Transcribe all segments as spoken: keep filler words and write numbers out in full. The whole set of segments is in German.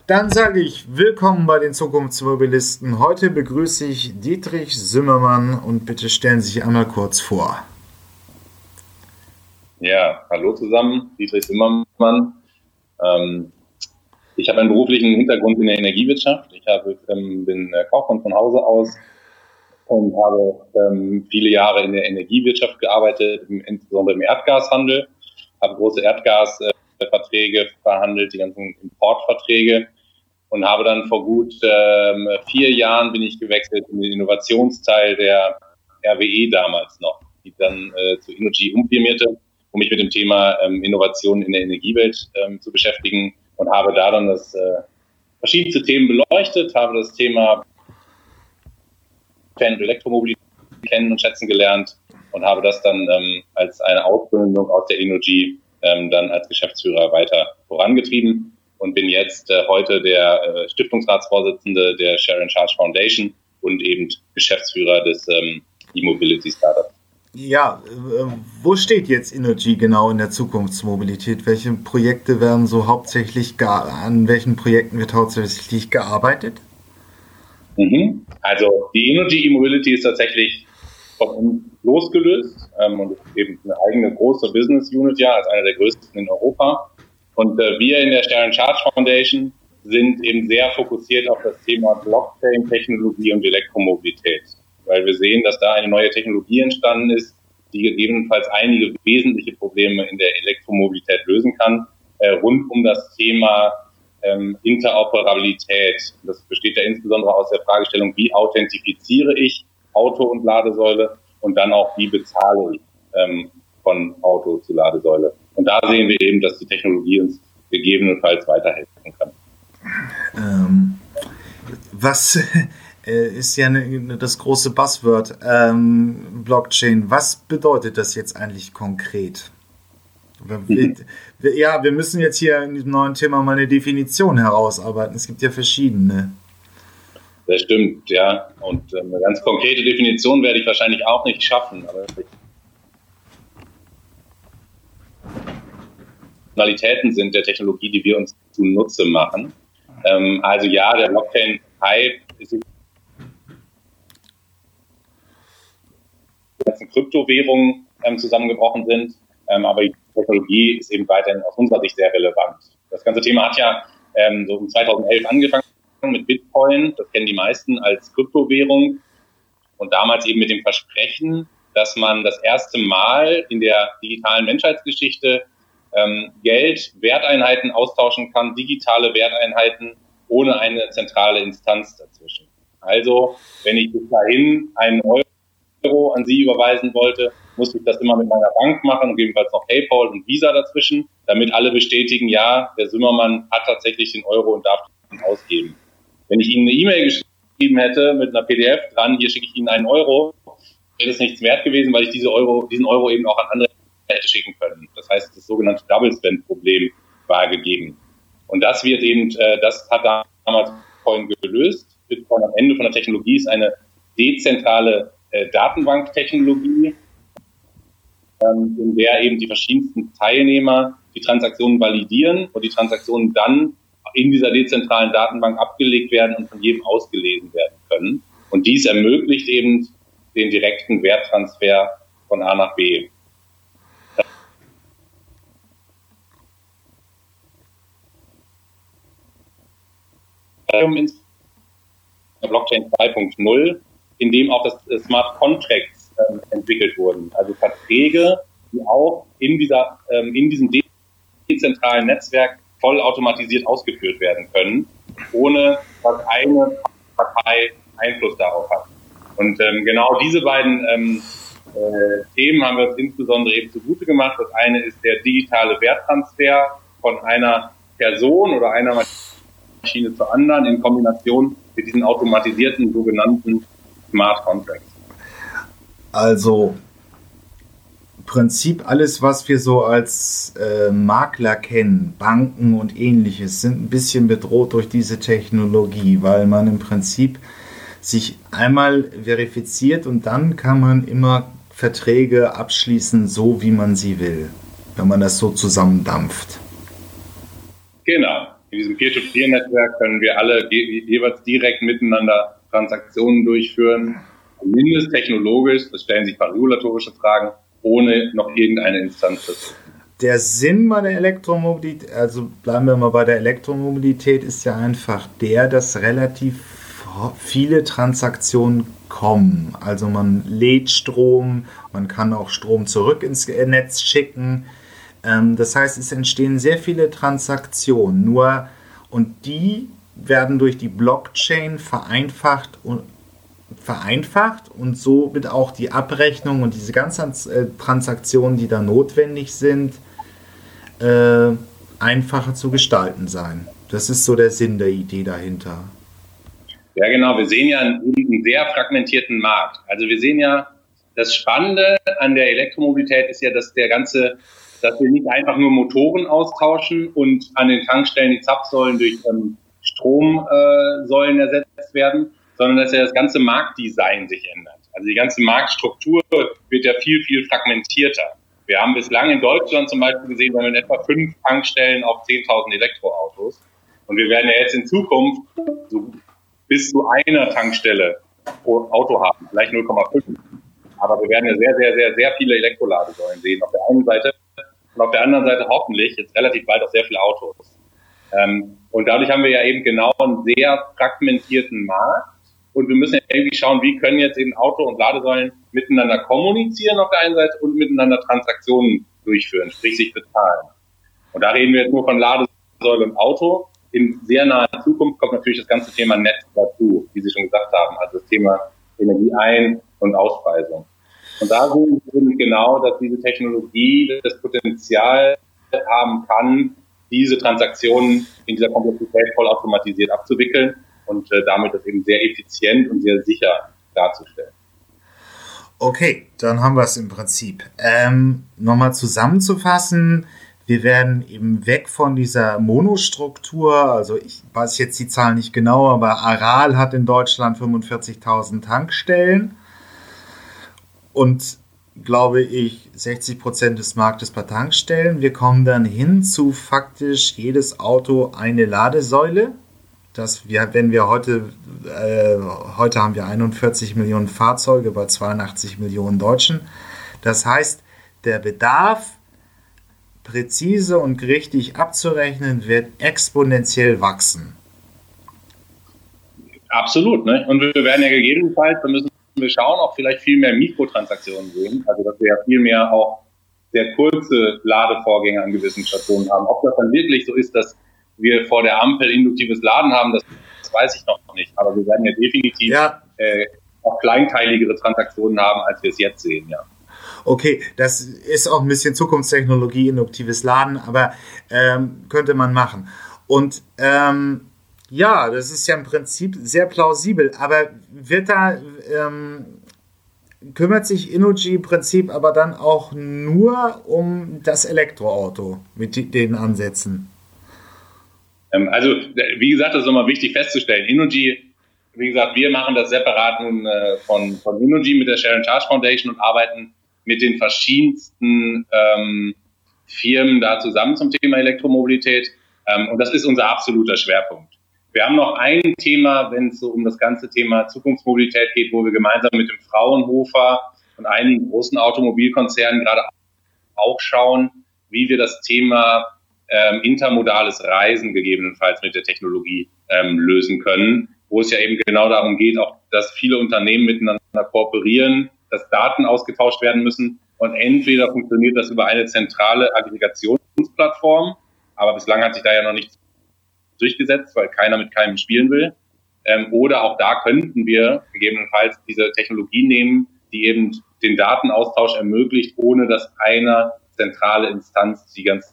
Dann sage ich willkommen bei den Zukunftsmobilisten. Heute begrüße ich Dietrich Zimmermann und bitte stellen Sie sich einmal kurz vor. Ja, hallo zusammen, Dietrich Zimmermann. Ähm, ich habe einen beruflichen Hintergrund in der Energiewirtschaft. Ich habe, ähm, bin Kaufmann von Hause aus und habe ähm, viele Jahre in der Energiewirtschaft gearbeitet, insbesondere im Erdgashandel. Habe große Erdgasverträge verhandelt, die ganzen Importverträge. Und habe dann vor gut ähm, vier Jahren bin ich gewechselt in den Innovationsteil der R W E damals noch, die dann äh, zu Innogy umfirmierte, um mich mit dem Thema ähm, Innovation in der Energiewelt ähm, zu beschäftigen, und habe da dann das äh, verschiedenste Themen beleuchtet, habe das Thema Fan- und Elektromobilität kennen und schätzen gelernt und habe das dann ähm, als eine Ausbildung aus der Innogy ähm, dann als Geschäftsführer weiter vorangetrieben. Und bin jetzt äh, heute der äh, Stiftungsratsvorsitzende der Share and Charge Foundation und eben Geschäftsführer des ähm, E-Mobility Startups. Ja, äh, wo steht jetzt Innogy genau in der Zukunftsmobilität? Welche Projekte werden so hauptsächlich, ge- an welchen Projekten wird hauptsächlich gearbeitet? Mhm. Also die Innogy E-Mobility ist tatsächlich von uns losgelöst ähm, und ist eben eine eigene große Business Unit, ja, als eine der größten in Europa. Und äh, wir in der Share and Charge Foundation sind eben sehr fokussiert auf das Thema Blockchain-Technologie und Elektromobilität, weil wir sehen, dass da eine neue Technologie entstanden ist, die gegebenenfalls einige wesentliche Probleme in der Elektromobilität lösen kann, äh, rund um das Thema ähm, Interoperabilität. Das besteht ja insbesondere aus der Fragestellung, wie authentifiziere ich Auto und Ladesäule und dann auch, wie bezahle ich ähm, von Auto zu Ladesäule. Und da sehen wir eben, dass die Technologie uns gegebenenfalls weiterhelfen kann. Ähm, was äh, ist ja ne, das große Buzzword ähm, Blockchain. Was bedeutet das jetzt eigentlich konkret? Wir, wir, ja, wir müssen jetzt hier in diesem neuen Thema mal eine Definition herausarbeiten. Es gibt ja verschiedene. Das stimmt, ja. Und äh, eine ganz konkrete Definition werde ich wahrscheinlich auch nicht schaffen. Aber ich Funktionalitäten sind der Technologie, die wir uns zunutze machen. Ähm, also ja, der Blockchain-Hype ist die ganzen Kryptowährungen ähm, zusammengebrochen sind, ähm, aber die Technologie ist eben weiterhin aus unserer Sicht sehr relevant. Das ganze Thema hat ja ähm, so um zweitausendelf angefangen mit Bitcoin, das kennen die meisten als Kryptowährung, und damals eben mit dem Versprechen, dass man das erste Mal in der digitalen Menschheitsgeschichte Ähm, Geld, Werteinheiten austauschen kann, digitale Werteinheiten ohne eine zentrale Instanz dazwischen. Also, wenn ich bis dahin einen Euro an Sie überweisen wollte, musste ich das immer mit meiner Bank machen und gegebenenfalls noch PayPal und Visa dazwischen, damit alle bestätigen, ja, der Zimmermann hat tatsächlich den Euro und darf ihn ausgeben. Wenn ich Ihnen eine E-Mail geschrieben hätte mit einer P D F dran, hier schicke ich Ihnen einen Euro, wäre das nichts wert gewesen, weil ich diese Euro, diesen Euro eben auch an andere hätte schicken können. Das heißt, das sogenannte Double-Spend-Problem war gegeben. Und das wird eben, äh, das hat damals Bitcoin gelöst. Bitcoin am Ende von der Technologie ist eine dezentrale äh, Datenbanktechnologie, ähm, in der eben die verschiedensten Teilnehmer die Transaktionen validieren und die Transaktionen dann in dieser dezentralen Datenbank abgelegt werden und von jedem ausgelesen werden können. Und dies ermöglicht eben den direkten Werttransfer von A nach B. Blockchain zwei Punkt null, in dem auch das Smart Contracts ähm, entwickelt wurden. Also Verträge, die auch in dieser ähm, in diesem dezentralen Netzwerk vollautomatisiert ausgeführt werden können, ohne dass eine Partei Einfluss darauf hat. Und ähm, genau diese beiden ähm, äh, Themen haben wir uns insbesondere eben zugute gemacht. Das eine ist der digitale Werttransfer von einer Person oder einer Maschine zur anderen in Kombination mit diesen automatisierten sogenannten Smart Contracts. Also im Prinzip alles, was wir so als äh, Makler kennen, Banken und ähnliches, sind ein bisschen bedroht durch diese Technologie, weil man im Prinzip sich einmal verifiziert und dann kann man immer Verträge abschließen, so wie man sie will, wenn man das so zusammendampft. Genau. diesem Peer-to-Peer-Netzwerk können wir alle je, jeweils direkt miteinander Transaktionen durchführen, zumindest technologisch, das stellen sich ein paar regulatorische Fragen, ohne noch irgendeine Instanz. Der Sinn bei der Elektromobilität, also bleiben wir mal bei der Elektromobilität, ist ja einfach der, dass relativ viele Transaktionen kommen. Also man lädt Strom, man kann auch Strom zurück ins Netz schicken. Das heißt, es entstehen sehr viele Transaktionen. Nur und die werden durch die Blockchain vereinfacht und vereinfacht und somit auch die Abrechnung und diese ganzen Transaktionen, die da notwendig sind, äh, einfacher zu gestalten sein. Das ist so der Sinn der Idee dahinter. Ja, genau. Wir sehen ja einen, einen sehr fragmentierten Markt. Also wir sehen ja, das Spannende an der Elektromobilität ist ja, dass der ganze, dass wir nicht einfach nur Motoren austauschen und an den Tankstellen die Zapfsäulen durch ähm, Stromsäulen äh, ersetzt werden, sondern dass ja das ganze Marktdesign sich ändert. Also die ganze Marktstruktur wird ja viel, viel fragmentierter. Wir haben bislang in Deutschland zum Beispiel gesehen, wir haben in etwa fünf Tankstellen auf zehntausend Elektroautos. Und wir werden ja jetzt in Zukunft so bis zu einer Tankstelle pro Auto haben, vielleicht null Komma fünf. Aber wir werden ja sehr, sehr, sehr, sehr viele Elektroladesäulen sehen auf der einen Seite und auf der anderen Seite hoffentlich jetzt relativ bald auch sehr viele Autos. Ähm, und dadurch haben wir ja eben genau einen sehr fragmentierten Markt. Und wir müssen ja irgendwie schauen, wie können jetzt eben Auto- und Ladesäulen miteinander kommunizieren auf der einen Seite und miteinander Transaktionen durchführen, sprich sich bezahlen. Und da reden wir jetzt nur von Ladesäule und Auto. In sehr naher Zukunft kommt natürlich das ganze Thema Netz dazu, wie Sie schon gesagt haben, also das Thema Energieein- und Ausspeisung. Und da sehen wir genau, dass diese Technologie das Potenzial haben kann, diese Transaktionen in dieser Komplexität vollautomatisiert abzuwickeln und äh, damit das eben sehr effizient und sehr sicher darzustellen. Okay, dann haben wir es im Prinzip. Ähm, nochmal zusammenzufassen, wir werden eben weg von dieser Monostruktur, also ich weiß jetzt die Zahlen nicht genau, aber Aral hat in Deutschland fünfundvierzigtausend Tankstellen und glaube ich sechzig Prozent des Marktes bei Tankstellen. Wir kommen dann hin zu faktisch jedes Auto eine Ladesäule. Das wir, wenn wir heute, äh, heute haben wir einundvierzig Millionen Fahrzeuge bei zweiundachtzig Millionen Deutschen. Das heißt, der Bedarf, präzise und richtig abzurechnen, wird exponentiell wachsen. Absolut, ne? Und wir werden ja gegebenenfalls, da müssen wir schauen, auch vielleicht viel mehr Mikrotransaktionen sehen. Also, dass wir ja viel mehr auch sehr kurze Ladevorgänge an gewissen Stationen haben. Ob das dann wirklich so ist, dass wir vor der Ampel induktives Laden haben, das, das weiß ich noch nicht. Aber wir werden ja definitiv ja. Äh, auch kleinteiligere Transaktionen haben, als wir es jetzt sehen, ja. Okay, das ist auch ein bisschen Zukunftstechnologie, induktives Laden, aber ähm, könnte man machen. Und ähm, ja, das ist ja im Prinzip sehr plausibel, aber wird da, ähm, kümmert sich Innogy im Prinzip aber dann auch nur um das Elektroauto mit den Ansätzen? Ähm, also, wie gesagt, das ist nochmal wichtig festzustellen. Innogy, wie gesagt, wir machen das separat nun äh, von, von Innogy mit der Share and Charge Foundation und arbeiten mit den verschiedensten ähm, Firmen da zusammen zum Thema Elektromobilität. Ähm, und das ist unser absoluter Schwerpunkt. Wir haben noch ein Thema, wenn es so um das ganze Thema Zukunftsmobilität geht, wo wir gemeinsam mit dem Fraunhofer und einigen großen Automobilkonzernen gerade auch schauen, wie wir das Thema ähm, intermodales Reisen gegebenenfalls mit der Technologie ähm, lösen können, wo es ja eben genau darum geht, auch dass viele Unternehmen miteinander kooperieren, dass Daten ausgetauscht werden müssen und entweder funktioniert das über eine zentrale Aggregationsplattform, aber bislang hat sich da ja noch nichts durchgesetzt, weil keiner mit keinem spielen will, ähm, oder auch da könnten wir gegebenenfalls diese Technologie nehmen, die eben den Datenaustausch ermöglicht, ohne dass eine zentrale Instanz die ganze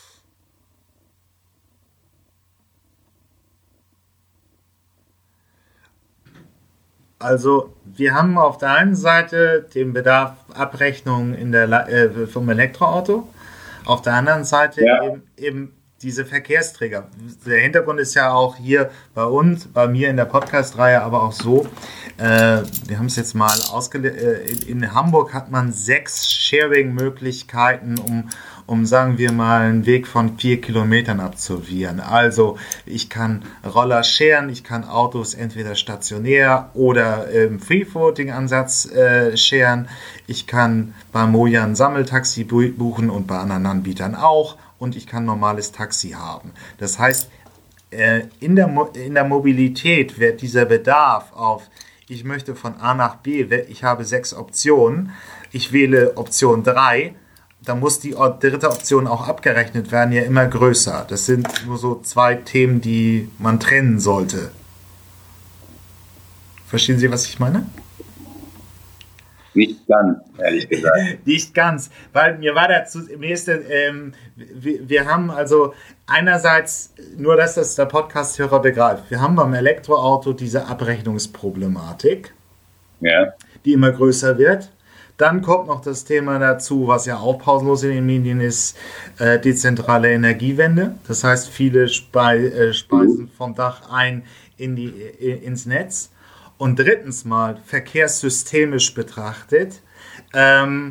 Also wir haben auf der einen Seite den Bedarf Abrechnung in der, äh, vom Elektroauto, auf der anderen Seite ja. eben, eben diese Verkehrsträger. Der Hintergrund ist ja auch hier bei uns, bei mir in der Podcast-Reihe, aber auch so, äh, wir haben es jetzt mal ausgelegt, äh, in, in Hamburg hat man sechs Sharing-Möglichkeiten, um, um, sagen wir mal, einen Weg von vier Kilometern absolvieren. Also ich kann Roller sharen, ich kann Autos entweder stationär oder im Free-Floating-Ansatz äh, sharen, ich kann bei Moja ein Sammeltaxi buchen und bei anderen Anbietern auch. Und ich kann normales Taxi haben. Das heißt, in der, Mo- in der Mobilität wird dieser Bedarf auf, ich möchte von A nach B, ich habe sechs Optionen, ich wähle Option drei, dann muss die dritte Option auch abgerechnet werden, ja immer größer. Das sind nur so zwei Themen, die man trennen sollte. Verstehen Sie, was ich meine? Nicht ganz, ehrlich gesagt. Nicht ganz, weil mir war dazu, mir ist, ähm, wir, wir haben also einerseits, nur dass das der Podcast-Hörer begreift, wir haben beim Elektroauto diese Abrechnungsproblematik, ja, die immer größer wird. Dann kommt noch das Thema dazu, was ja auch pausenlos in den Medien ist, äh, dezentrale Energiewende. Das heißt, viele Spei- äh, speisen vom Dach ein in die, äh, ins Netz. Und drittens mal, verkehrssystemisch betrachtet, ähm,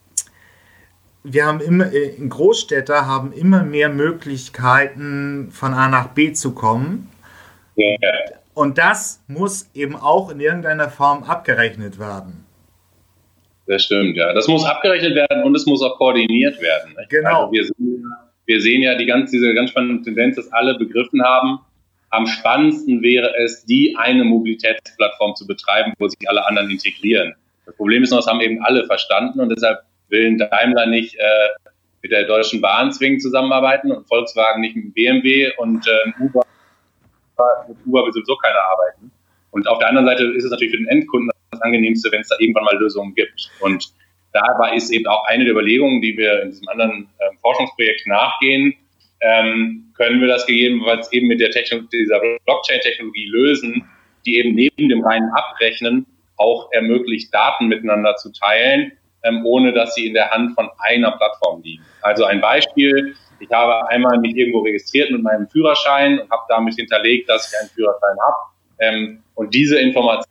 wir haben immer, äh, Großstädter haben immer mehr Möglichkeiten, von A nach B zu kommen. Ja. Und das muss eben auch in irgendeiner Form abgerechnet werden. Das stimmt, ja. Das muss abgerechnet werden und es muss auch koordiniert werden. Nicht? Genau. Also wir, sehen, wir sehen ja die ganz, diese ganz spannende Tendenz, dass alle begriffen haben, am spannendsten wäre es, die eine Mobilitätsplattform zu betreiben, wo sich alle anderen integrieren. Das Problem ist noch, das haben eben alle verstanden und deshalb will Daimler nicht äh, mit der Deutschen Bahn zwingend zusammenarbeiten und Volkswagen nicht mit B M W und äh, Uber, mit Uber will sowieso keiner arbeiten. Und auf der anderen Seite ist es natürlich für den Endkunden das Angenehmste, wenn es da irgendwann mal Lösungen gibt. Und dabei ist eben auch eine der Überlegungen, die wir in diesem anderen äh, Forschungsprojekt nachgehen, Ähm, können wir das gegebenenfalls eben mit der Technologie, dieser Blockchain-Technologie lösen, die eben neben dem reinen Abrechnen auch ermöglicht, Daten miteinander zu teilen, ähm, ohne dass sie in der Hand von einer Plattform liegen. Also ein Beispiel, ich habe einmal mich irgendwo registriert mit meinem Führerschein und habe damit hinterlegt, dass ich einen Führerschein habe. Ähm, und diese Information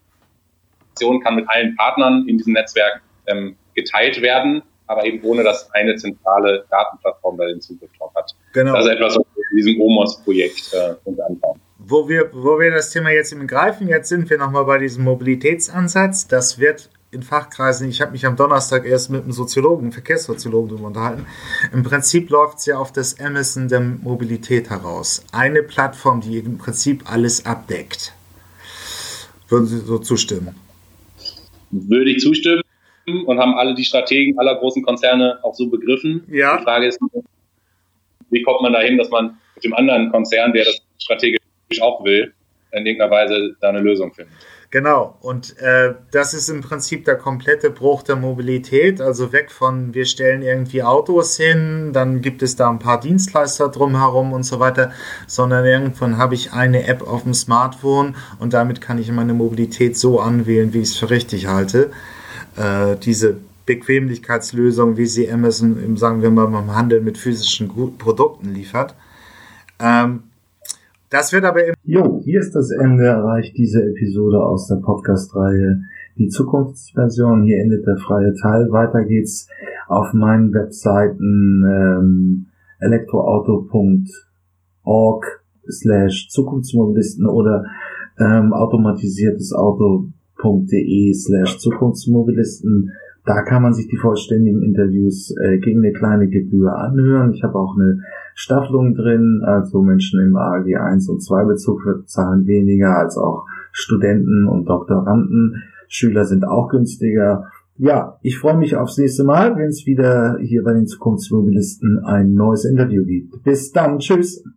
kann mit allen Partnern in diesem Netzwerk ähm, geteilt werden, aber eben ohne, dass eine zentrale Datenplattform da den Zugriff drauf hat. Genau. Das ist etwas, was wir in diesem O M O S-Projekt äh, uns anschauen. Wo wir, wo wir das Thema jetzt eben greifen, jetzt sind wir nochmal bei diesem Mobilitätsansatz. Das wird in Fachkreisen, ich habe mich am Donnerstag erst mit einem Soziologen, einem Verkehrssoziologen darüber unterhalten. Im Prinzip läuft es ja auf das Amazon der Mobilität heraus. Eine Plattform, die im Prinzip alles abdeckt. Würden Sie so zustimmen? Würde ich zustimmen. Und haben alle die Strategen aller großen Konzerne auch so begriffen. Ja. Die Frage ist, wie kommt man dahin, dass man mit dem anderen Konzern, der das strategisch auch will, in irgendeiner Weise da eine Lösung findet. Genau, und äh, das ist im Prinzip der komplette Bruch der Mobilität, also weg von, wir stellen irgendwie Autos hin, dann gibt es da ein paar Dienstleister drumherum und so weiter, sondern irgendwann habe ich eine App auf dem Smartphone und damit kann ich meine Mobilität so anwählen, wie ich es für richtig halte. Äh, diese Bequemlichkeitslösung, wie sie Amazon, im, sagen wir mal, beim Handel mit physischen Produkten liefert. Ähm, das wird aber im Jo, hier ist das Ende erreicht, diese Episode aus der Podcast-Reihe Die Zukunftsversion. Hier endet der freie Teil. Weiter geht's auf meinen Webseiten ähm, elektroauto punkt org slash Zukunftsmobilisten oder ähm, automatisiertesauto punkt de slash Zukunftsmobilisten. Da kann man sich die vollständigen Interviews äh, gegen eine kleine Gebühr anhören. Ich habe auch eine Staffelung drin, also Menschen im A G eins und zwei Bezug zahlen weniger als auch Studenten und Doktoranden. Schüler sind auch günstiger. Ja, ich freue mich aufs nächste Mal, wenn es wieder hier bei den Zukunftsmobilisten ein neues Interview gibt. Bis dann, tschüss!